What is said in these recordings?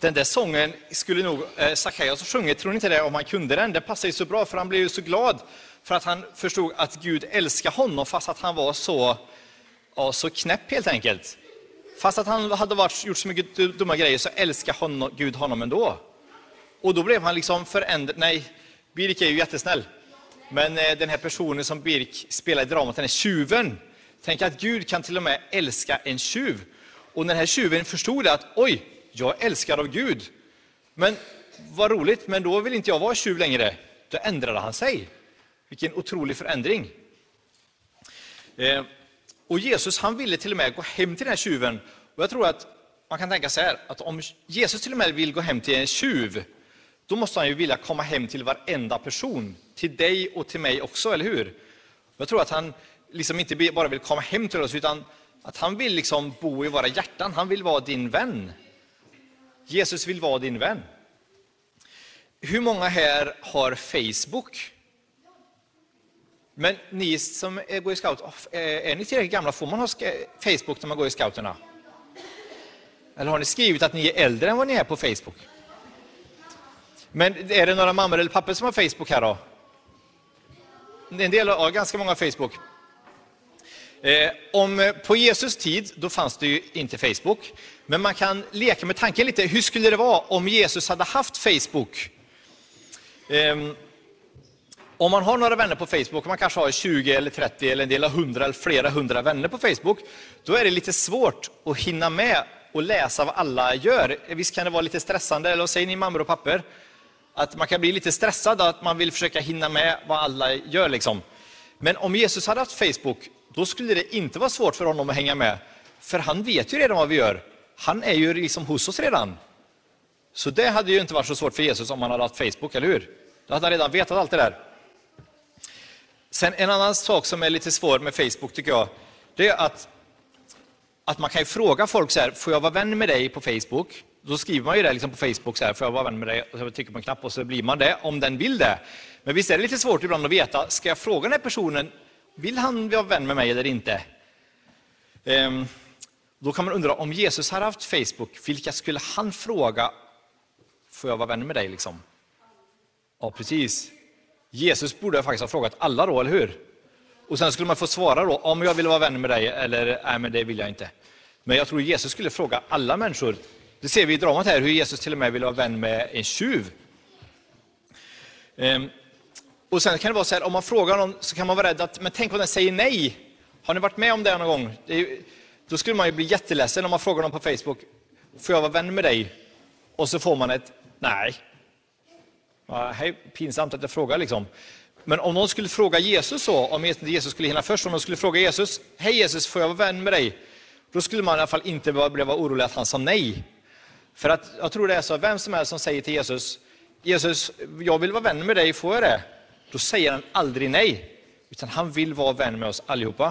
Den där sången skulle nog Sackaios ha sjungit, tror ni inte det, om han kunde den? Det passar ju så bra, för han blev ju så glad för att han förstod att Gud älskar honom, fast att han var så knäpp helt enkelt. Fast att han hade gjort så mycket dumma grejer, så älskar Gud honom ändå. Och då blev han liksom förändrad. Nej, Birk är ju jättesnäll. Men den här personen som Birk spelar i dramat, den är tjuven. Tänk att Gud kan till och med älska en tjuv. Och den här tjuven förstod att, oj, jag älskar av Gud. Men vad roligt, men då vill inte jag vara tjuv längre. Då ändrade han sig. Vilken otrolig förändring. Och Jesus, han ville till och med gå hem till den här tjuven. Och jag tror att man kan tänka så här, att om Jesus till och med vill gå hem till en tjuv, då måste han ju vilja komma hem till varenda person. Till dig och till mig också, eller hur? Jag tror att han liksom inte bara vill komma hem till oss, utan att han vill liksom bo i våra hjärtan. Han vill vara din vän. Jesus vill vara din vän. Hur många här har Facebook? Men ni som går i scout, är ni tillräckligt gamla? Får man ha Facebook när man går i scouterna? Eller har ni skrivit att ni är äldre än vad ni är på Facebook? Men är det några mammor eller pappor som har Facebook här då? En del har ganska många Facebook. På Jesus tid, då fanns det ju inte Facebook. Men man kan leka med tanken lite. Hur skulle det vara om Jesus hade haft Facebook? Om man har några vänner på Facebook, man kanske har 20 eller 30 eller en del av 100 eller flera 100 vänner på Facebook, då är det lite svårt att hinna med och läsa vad alla gör. Visst kan det vara lite stressande, eller säger ni mammor och papper? Att man kan bli lite stressad, att man vill försöka hinna med vad alla gör liksom. Men om Jesus hade haft Facebook, då skulle det inte vara svårt för honom att hänga med. För han vet ju redan vad vi gör. Han är ju liksom hos oss redan. Så det hade ju inte varit så svårt för Jesus om han hade haft Facebook, eller hur? Då hade han redan vetat allt det där. Sen en annan sak som är lite svår med Facebook tycker jag, det är att man kan ju fråga folk så här, får jag vara vän med dig på Facebook? Då skriver man ju det liksom på Facebook så här, får jag vara vän med dig? Och så trycker man en knapp och så blir man det, om den vill det. Men visst är det lite svårt ibland att veta, ska jag fråga den här personen, vill han vara vän med mig eller inte? Då kan man undra, om Jesus hade haft Facebook, vilka skulle han fråga, får jag vara vän med dig liksom? Ja, precis. Jesus borde faktiskt ha frågat alla då, eller hur? Och sen skulle man få svara då, om jag vill vara vän med dig, eller nej, men det vill jag inte. Men jag tror Jesus skulle fråga alla människor. Det ser vi i dramat här, hur Jesus till och med vill vara vän med en tjuv. Och sen kan det vara så här, om man frågar någon så kan man vara rädd att, men tänk om den säger nej. Har ni varit med om det någon gång? Då skulle man ju bli jätteledsen om man frågar någon på Facebook, får jag vara vän med dig? Och så får man ett nej. Ja, hej, pinsamt att jag frågar liksom. Men om någon skulle fråga Jesus så, om Jesus skulle hinna först, om någon skulle fråga Jesus, hej Jesus, får jag vara vän med dig? Då skulle man i alla fall inte bli orolig att han sa nej. För att jag tror det är så, vem som helst som säger till Jesus, Jesus, jag vill vara vän med dig, får jag det? Då säger han aldrig nej, utan han vill vara vän med oss allihopa.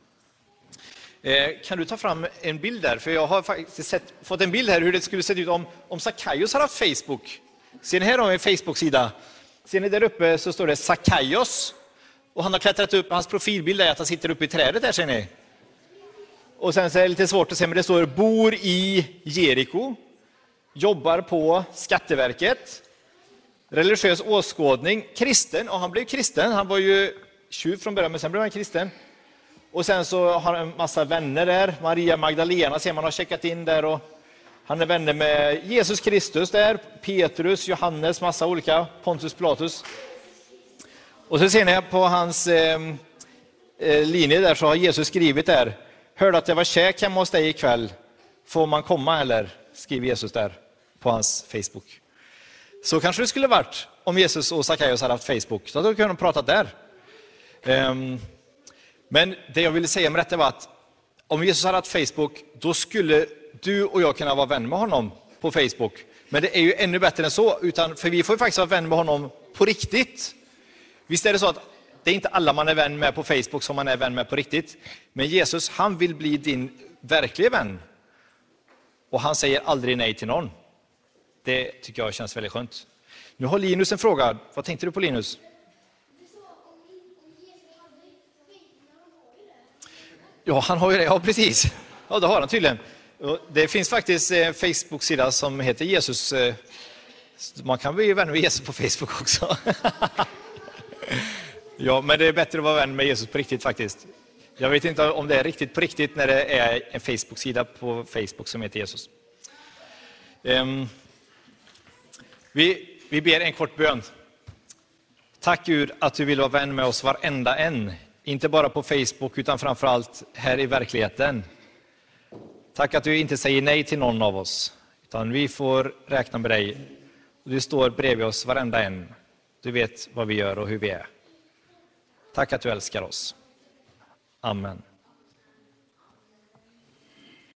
Kan du ta fram en bild där? För jag har faktiskt fått en bild här hur det skulle se ut om Sackaios hade haft Facebook. Ser ni här har vi en Facebook-sida. Ser ni där uppe så står det Sackaios. Och han har klättrat upp, hans profilbild är att han sitter uppe i trädet där, ser ni. Och sen så är det lite svårt att se, men det står bor i Jeriko. Jobbar på Skatteverket. Religiös åskådning. Kristen, och han blev kristen. Han var ju tjuv från början, men sen blev han kristen. Och sen så har han en massa vänner där. Maria Magdalena ser man har checkat in där, och han är vänner med Jesus Kristus där, Petrus, Johannes, massa olika, Pontus Pilatus. Och så ser ni på hans linje där, så har Jesus skrivit där, hörde att det var käk hemma hos dig ikväll, får man komma eller? Skriver Jesus där på hans Facebook. Så kanske det skulle varit om Jesus och Sackaios hade haft Facebook, så hade de kunnat prata där. Men det jag ville säga med detta var att om Jesus hade haft Facebook, då skulle du och jag kunna vara vän med honom på Facebook. Men det är ju ännu bättre än så, för vi får ju faktiskt vara vän med honom på riktigt. Visst är det så att det är inte alla man är vän med på Facebook som man är vän med på riktigt. Men Jesus, han vill bli din verkliga vän. Och han säger aldrig nej till någon. Det tycker jag känns väldigt skönt. Nu har Linus en fråga. Vad tänkte du på, Linus? Ja, han har ju det. Ja, precis. Ja, det har han tydligen. Och det finns faktiskt en Facebook-sida som heter Jesus. Man kan bli vän med Jesus på Facebook också. Ja, men det är bättre att vara vän med Jesus på riktigt faktiskt. Jag vet inte om det är riktigt på riktigt när det är en Facebook-sida på Facebook som heter Jesus. Vi ber en kort bön. Tack Gud att du vill vara vän med oss varenda en. Inte bara på Facebook utan framförallt här i verkligheten. Tack att du inte säger nej till någon av oss. Utan vi får räkna med dig. Du står bredvid oss varenda en. Du vet vad vi gör och hur vi är. Tack att du älskar oss. Amen.